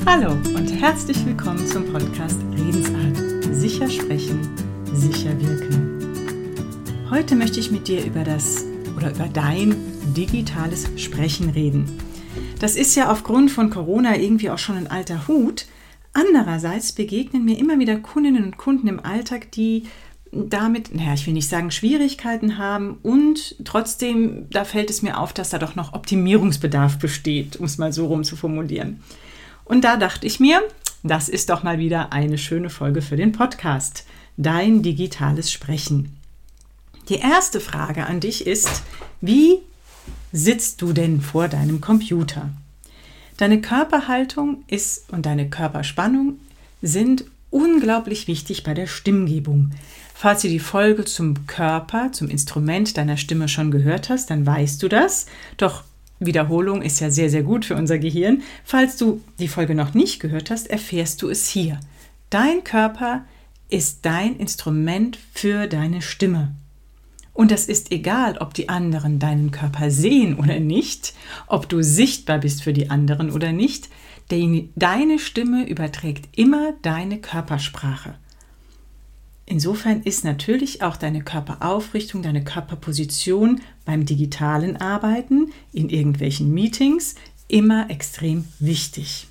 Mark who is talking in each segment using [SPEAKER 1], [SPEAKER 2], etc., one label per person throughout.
[SPEAKER 1] Hallo und herzlich willkommen zum Podcast Redensart. Sicher sprechen, sicher wirken. Heute möchte ich mit dir über dein digitales Sprechen reden. Das ist ja aufgrund von Corona irgendwie auch schon ein alter Hut. Andererseits begegnen mir immer wieder Kundinnen und Kunden im Alltag, die damit, ich will nicht sagen Schwierigkeiten haben und trotzdem, da fällt es mir auf, dass da doch noch Optimierungsbedarf besteht, um es mal so rum zu formulieren. Und da dachte ich mir, das ist doch mal wieder eine schöne Folge für den Podcast. Dein digitales Sprechen. Die erste Frage an dich ist, wie sitzt du denn vor deinem Computer? Deine Körperhaltung und deine Körperspannung sind unglaublich wichtig bei der Stimmgebung. Falls du die Folge zum Körper, zum Instrument deiner Stimme schon gehört hast, dann weißt du das. Doch Wiederholung ist ja sehr, sehr gut für unser Gehirn. Falls du die Folge noch nicht gehört hast, erfährst du es hier. Dein Körper ist dein Instrument für deine Stimme. Und das ist egal, ob die anderen deinen Körper sehen oder nicht, ob du sichtbar bist für die anderen oder nicht. Deine Stimme überträgt immer deine Körpersprache. Insofern ist natürlich auch deine Körperaufrichtung, deine Körperposition beim digitalen Arbeiten, in irgendwelchen Meetings, immer extrem wichtig.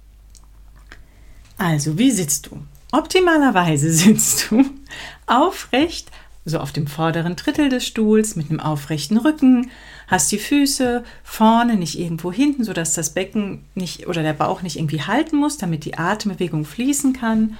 [SPEAKER 1] Also, wie sitzt du? Optimalerweise sitzt du aufrecht, so auf dem vorderen Drittel des Stuhls mit einem aufrechten Rücken, hast die Füße vorne, nicht irgendwo hinten, sodass das Becken nicht oder der Bauch nicht irgendwie halten muss, damit die Atembewegung fließen kann.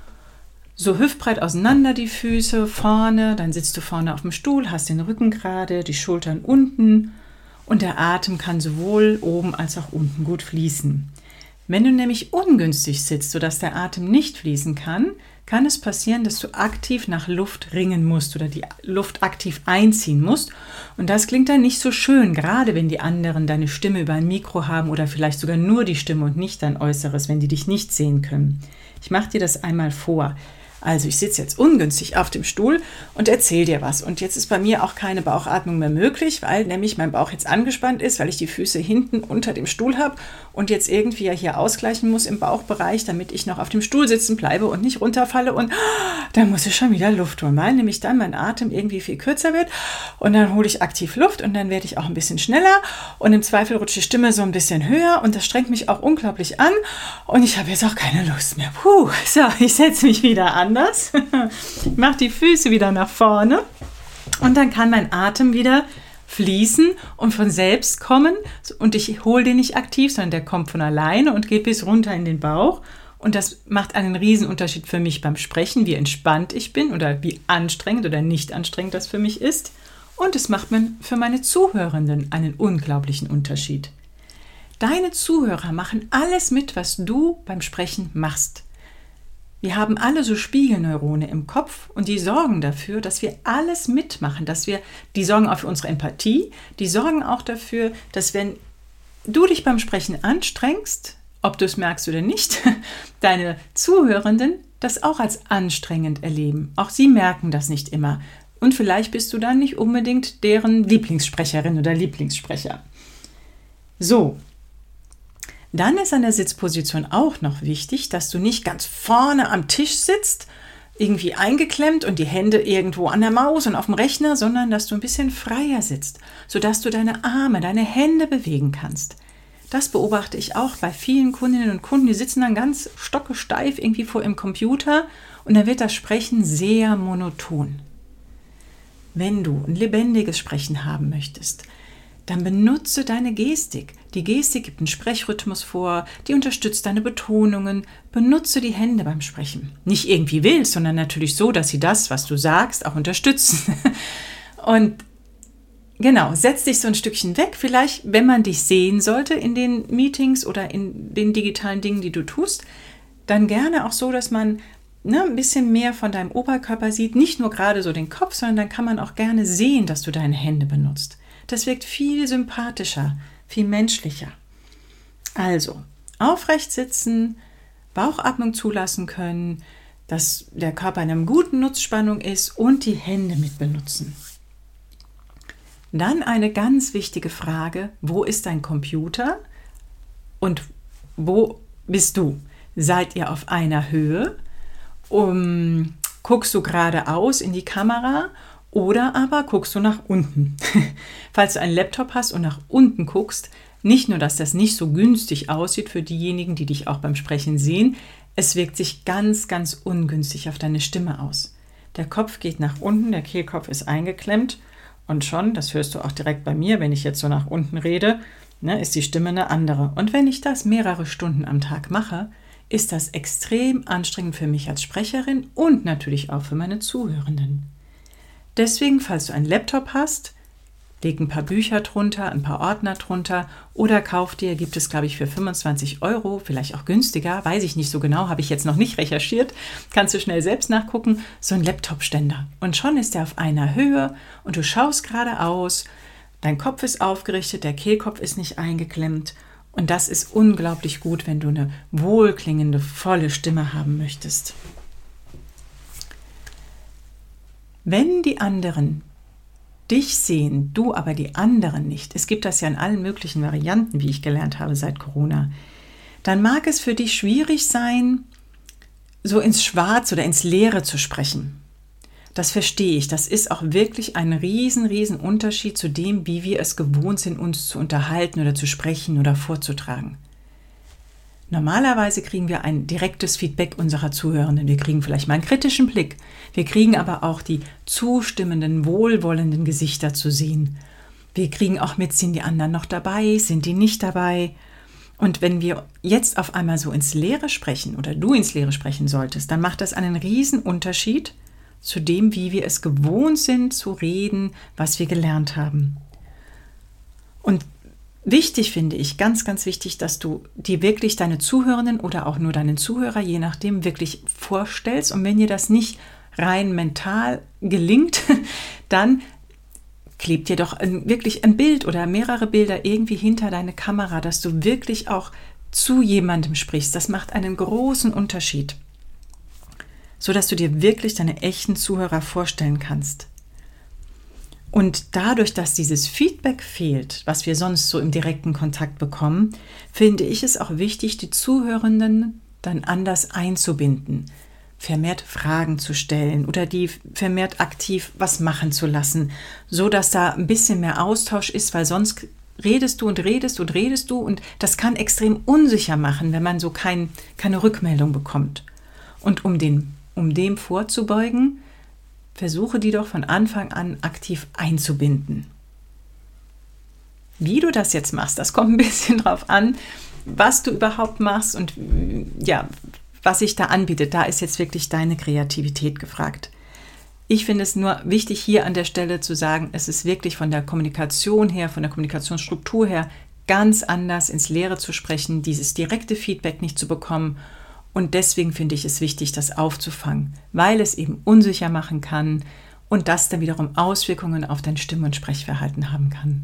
[SPEAKER 1] So hüftbreit auseinander die Füße, vorne, dann sitzt du vorne auf dem Stuhl, hast den Rücken gerade, die Schultern unten und der Atem kann sowohl oben als auch unten gut fließen. Wenn du nämlich ungünstig sitzt, sodass der Atem nicht fließen kann, kann es passieren, dass du aktiv nach Luft ringen musst oder die Luft aktiv einziehen musst. Und das klingt dann nicht so schön, gerade wenn die anderen deine Stimme über ein Mikro haben oder vielleicht sogar nur die Stimme und nicht dein Äußeres, wenn die dich nicht sehen können. Ich mache dir das einmal vor. Also ich sitze jetzt ungünstig auf dem Stuhl und erzähle dir was. Und jetzt ist bei mir auch keine Bauchatmung mehr möglich, weil nämlich mein Bauch jetzt angespannt ist, weil ich die Füße hinten unter dem Stuhl habe und jetzt irgendwie ja hier ausgleichen muss im Bauchbereich, damit ich noch auf dem Stuhl sitzen bleibe und nicht runterfalle. Und da muss ich schon wieder Luft holen, weil nämlich dann mein Atem irgendwie viel kürzer wird. Und dann hole ich aktiv Luft und dann werde ich auch ein bisschen schneller. Und im Zweifel rutscht die Stimme so ein bisschen höher und das strengt mich auch unglaublich an. Und ich habe jetzt auch keine Lust mehr. So, ich setze mich wieder anders. Ich mache die Füße wieder nach vorne und dann kann mein Atem wieder fließen und von selbst kommen und ich hole den nicht aktiv, sondern der kommt von alleine und geht bis runter in den Bauch und das macht einen Riesenunterschied für mich beim Sprechen, wie entspannt ich bin oder wie anstrengend oder nicht anstrengend das für mich ist und es macht für meine Zuhörenden einen unglaublichen Unterschied. Deine Zuhörer machen alles mit, was du beim Sprechen machst. Wir haben alle so Spiegelneurone im Kopf und die sorgen dafür, dass wir alles mitmachen, die sorgen auch für unsere Empathie, die sorgen auch dafür, dass wenn du dich beim Sprechen anstrengst, ob du es merkst oder nicht, deine Zuhörenden das auch als anstrengend erleben. Auch sie merken das nicht immer und vielleicht bist du dann nicht unbedingt deren Lieblingssprecherin oder Lieblingssprecher. So. Dann ist an der Sitzposition auch noch wichtig, dass du nicht ganz vorne am Tisch sitzt, irgendwie eingeklemmt und die Hände irgendwo an der Maus und auf dem Rechner, sondern dass du ein bisschen freier sitzt, sodass du deine Arme, deine Hände bewegen kannst. Das beobachte ich auch bei vielen Kundinnen und Kunden, die sitzen dann ganz stockesteif irgendwie vor ihrem Computer und dann wird das Sprechen sehr monoton. Wenn du ein lebendiges Sprechen haben möchtest, dann benutze deine Gestik. Die Gestik gibt einen Sprechrhythmus vor, die unterstützt deine Betonungen. Benutze die Hände beim Sprechen. Nicht irgendwie wild, sondern natürlich so, dass sie das, was du sagst, auch unterstützen. Und genau, setz dich so ein Stückchen weg. Vielleicht, wenn man dich sehen sollte in den Meetings oder in den digitalen Dingen, die du tust, dann gerne auch so, dass man ein bisschen mehr von deinem Oberkörper sieht. Nicht nur gerade so den Kopf, sondern dann kann man auch gerne sehen, dass du deine Hände benutzt. Das wirkt viel sympathischer, viel menschlicher. Also, aufrecht sitzen, Bauchatmung zulassen können, dass der Körper in einer guten Nutzspannung ist und die Hände mit benutzen. Dann eine ganz wichtige Frage, wo ist dein Computer und wo bist du? Seid ihr auf einer Höhe? Guckst du geradeaus in die Kamera oder aber guckst du nach unten? Falls du einen Laptop hast und nach unten guckst, nicht nur, dass das nicht so günstig aussieht für diejenigen, die dich auch beim Sprechen sehen, es wirkt sich ganz, ganz ungünstig auf deine Stimme aus. Der Kopf geht nach unten, der Kehlkopf ist eingeklemmt und schon, das hörst du auch direkt bei mir, wenn ich jetzt so nach unten rede, ist die Stimme eine andere. Und wenn ich das mehrere Stunden am Tag mache, ist das extrem anstrengend für mich als Sprecherin und natürlich auch für meine Zuhörenden. Deswegen, falls du einen Laptop hast, leg ein paar Bücher drunter, ein paar Ordner drunter oder kauf dir, gibt es glaube ich für 25 €, vielleicht auch günstiger, weiß ich nicht so genau, habe ich jetzt noch nicht recherchiert, kannst du schnell selbst nachgucken, so ein Laptop-Ständer. Und schon ist der auf einer Höhe und du schaust geradeaus, dein Kopf ist aufgerichtet, der Kehlkopf ist nicht eingeklemmt und das ist unglaublich gut, wenn du eine wohlklingende, volle Stimme haben möchtest. Wenn die anderen dich sehen, du aber die anderen nicht, es gibt das ja in allen möglichen Varianten, wie ich gelernt habe seit Corona, dann mag es für dich schwierig sein, so ins Schwarz oder ins Leere zu sprechen. Das verstehe ich. Das ist auch wirklich ein riesen Unterschied zu dem, wie wir es gewohnt sind, uns zu unterhalten oder zu sprechen oder vorzutragen. Normalerweise kriegen wir ein direktes Feedback unserer Zuhörenden. Wir kriegen vielleicht mal einen kritischen Blick. Wir kriegen aber auch die zustimmenden, wohlwollenden Gesichter zu sehen. Wir kriegen auch mit, sind die anderen noch dabei, sind die nicht dabei? Und wenn wir jetzt auf einmal so ins Leere sprechen oder du ins Leere sprechen solltest, dann macht das einen riesen Unterschied zu dem, wie wir es gewohnt sind zu reden, was wir gelernt haben. Und wichtig finde ich, ganz wichtig, dass du dir wirklich deine Zuhörenden oder auch nur deinen Zuhörer, je nachdem, wirklich vorstellst. Und wenn dir das nicht rein mental gelingt, dann klebt dir doch wirklich ein Bild oder mehrere Bilder irgendwie hinter deine Kamera, dass du wirklich auch zu jemandem sprichst. Das macht einen großen Unterschied, sodass du dir wirklich deine echten Zuhörer vorstellen kannst. Und dadurch, dass dieses Feedback fehlt, was wir sonst so im direkten Kontakt bekommen, finde ich es auch wichtig, die Zuhörenden dann anders einzubinden, vermehrt Fragen zu stellen oder die vermehrt aktiv was machen zu lassen, so dass da ein bisschen mehr Austausch ist, weil sonst redest du und das kann extrem unsicher machen, wenn man so keine Rückmeldung bekommt. Und um dem vorzubeugen, versuche die doch von Anfang an aktiv einzubinden. Wie du das jetzt machst, das kommt ein bisschen drauf an, was du überhaupt machst und ja, was sich da anbietet. Da ist jetzt wirklich deine Kreativität gefragt. Ich finde es nur wichtig, hier an der Stelle zu sagen, es ist wirklich von der Kommunikation her, von der Kommunikationsstruktur her ganz anders ins Leere zu sprechen, dieses direkte Feedback nicht zu bekommen. Und deswegen finde ich es wichtig, das aufzufangen, weil es eben unsicher machen kann und das dann wiederum Auswirkungen auf dein Stimm- und Sprechverhalten haben kann.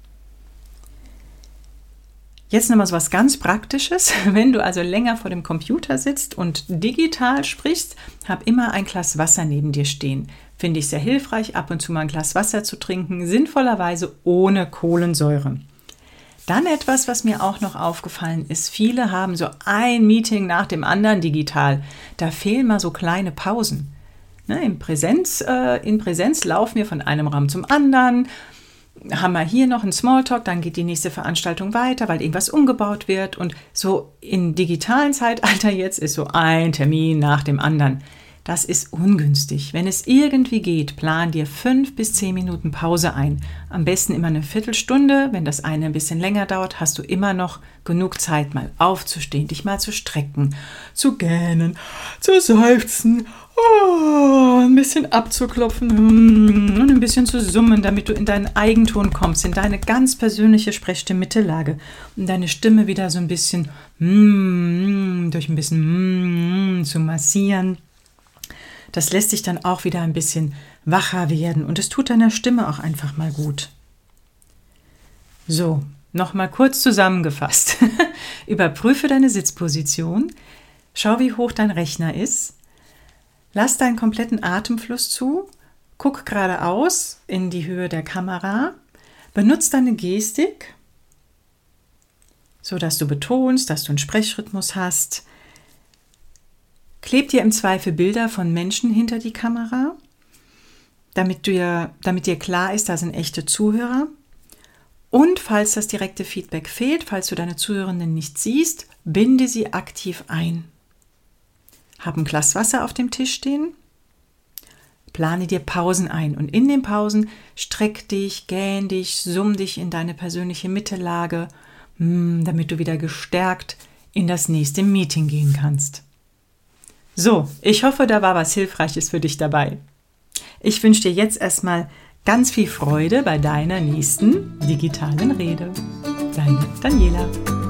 [SPEAKER 1] Jetzt nochmal so was ganz Praktisches. Wenn du also länger vor dem Computer sitzt und digital sprichst, hab immer ein Glas Wasser neben dir stehen. Finde ich sehr hilfreich, ab und zu mal ein Glas Wasser zu trinken, sinnvollerweise ohne Kohlensäure. Dann etwas, was mir auch noch aufgefallen ist, viele haben so ein Meeting nach dem anderen digital. Da fehlen mal so kleine Pausen. In Präsenz laufen wir von einem Raum zum anderen, haben wir hier noch einen Smalltalk, dann geht die nächste Veranstaltung weiter, weil irgendwas umgebaut wird. Und so im digitalen Zeitalter jetzt ist so ein Termin nach dem anderen. Das ist ungünstig. Wenn es irgendwie geht, plan dir 5 bis 10 Minuten Pause ein. Am besten immer eine Viertelstunde. Wenn das eine ein bisschen länger dauert, hast du immer noch genug Zeit, mal aufzustehen, dich mal zu strecken, zu gähnen, zu seufzen, ein bisschen abzuklopfen und ein bisschen zu summen, damit du in deinen Eigenton kommst, in deine ganz persönliche Sprechstimmmittellage und deine Stimme wieder so ein bisschen durch ein bisschen zu massieren. Das lässt sich dann auch wieder ein bisschen wacher werden und es tut deiner Stimme auch einfach mal gut. So, nochmal kurz zusammengefasst. Überprüfe deine Sitzposition, schau, wie hoch dein Rechner ist, lass deinen kompletten Atemfluss zu, guck geradeaus in die Höhe der Kamera, benutze deine Gestik, sodass du betonst, dass du einen Sprechrhythmus hast. Kleb dir im Zweifel Bilder von Menschen hinter die Kamera, damit dir klar ist, da sind echte Zuhörer. Und falls das direkte Feedback fehlt, falls du deine Zuhörenden nicht siehst, binde sie aktiv ein. Hab ein Glas Wasser auf dem Tisch stehen. Plane dir Pausen ein und in den Pausen streck dich, gähn dich, summ dich in deine persönliche Mittellage, damit du wieder gestärkt in das nächste Meeting gehen kannst. So, ich hoffe, da war was Hilfreiches für dich dabei. Ich wünsche dir jetzt erstmal ganz viel Freude bei deiner nächsten digitalen Rede. Deine Daniela.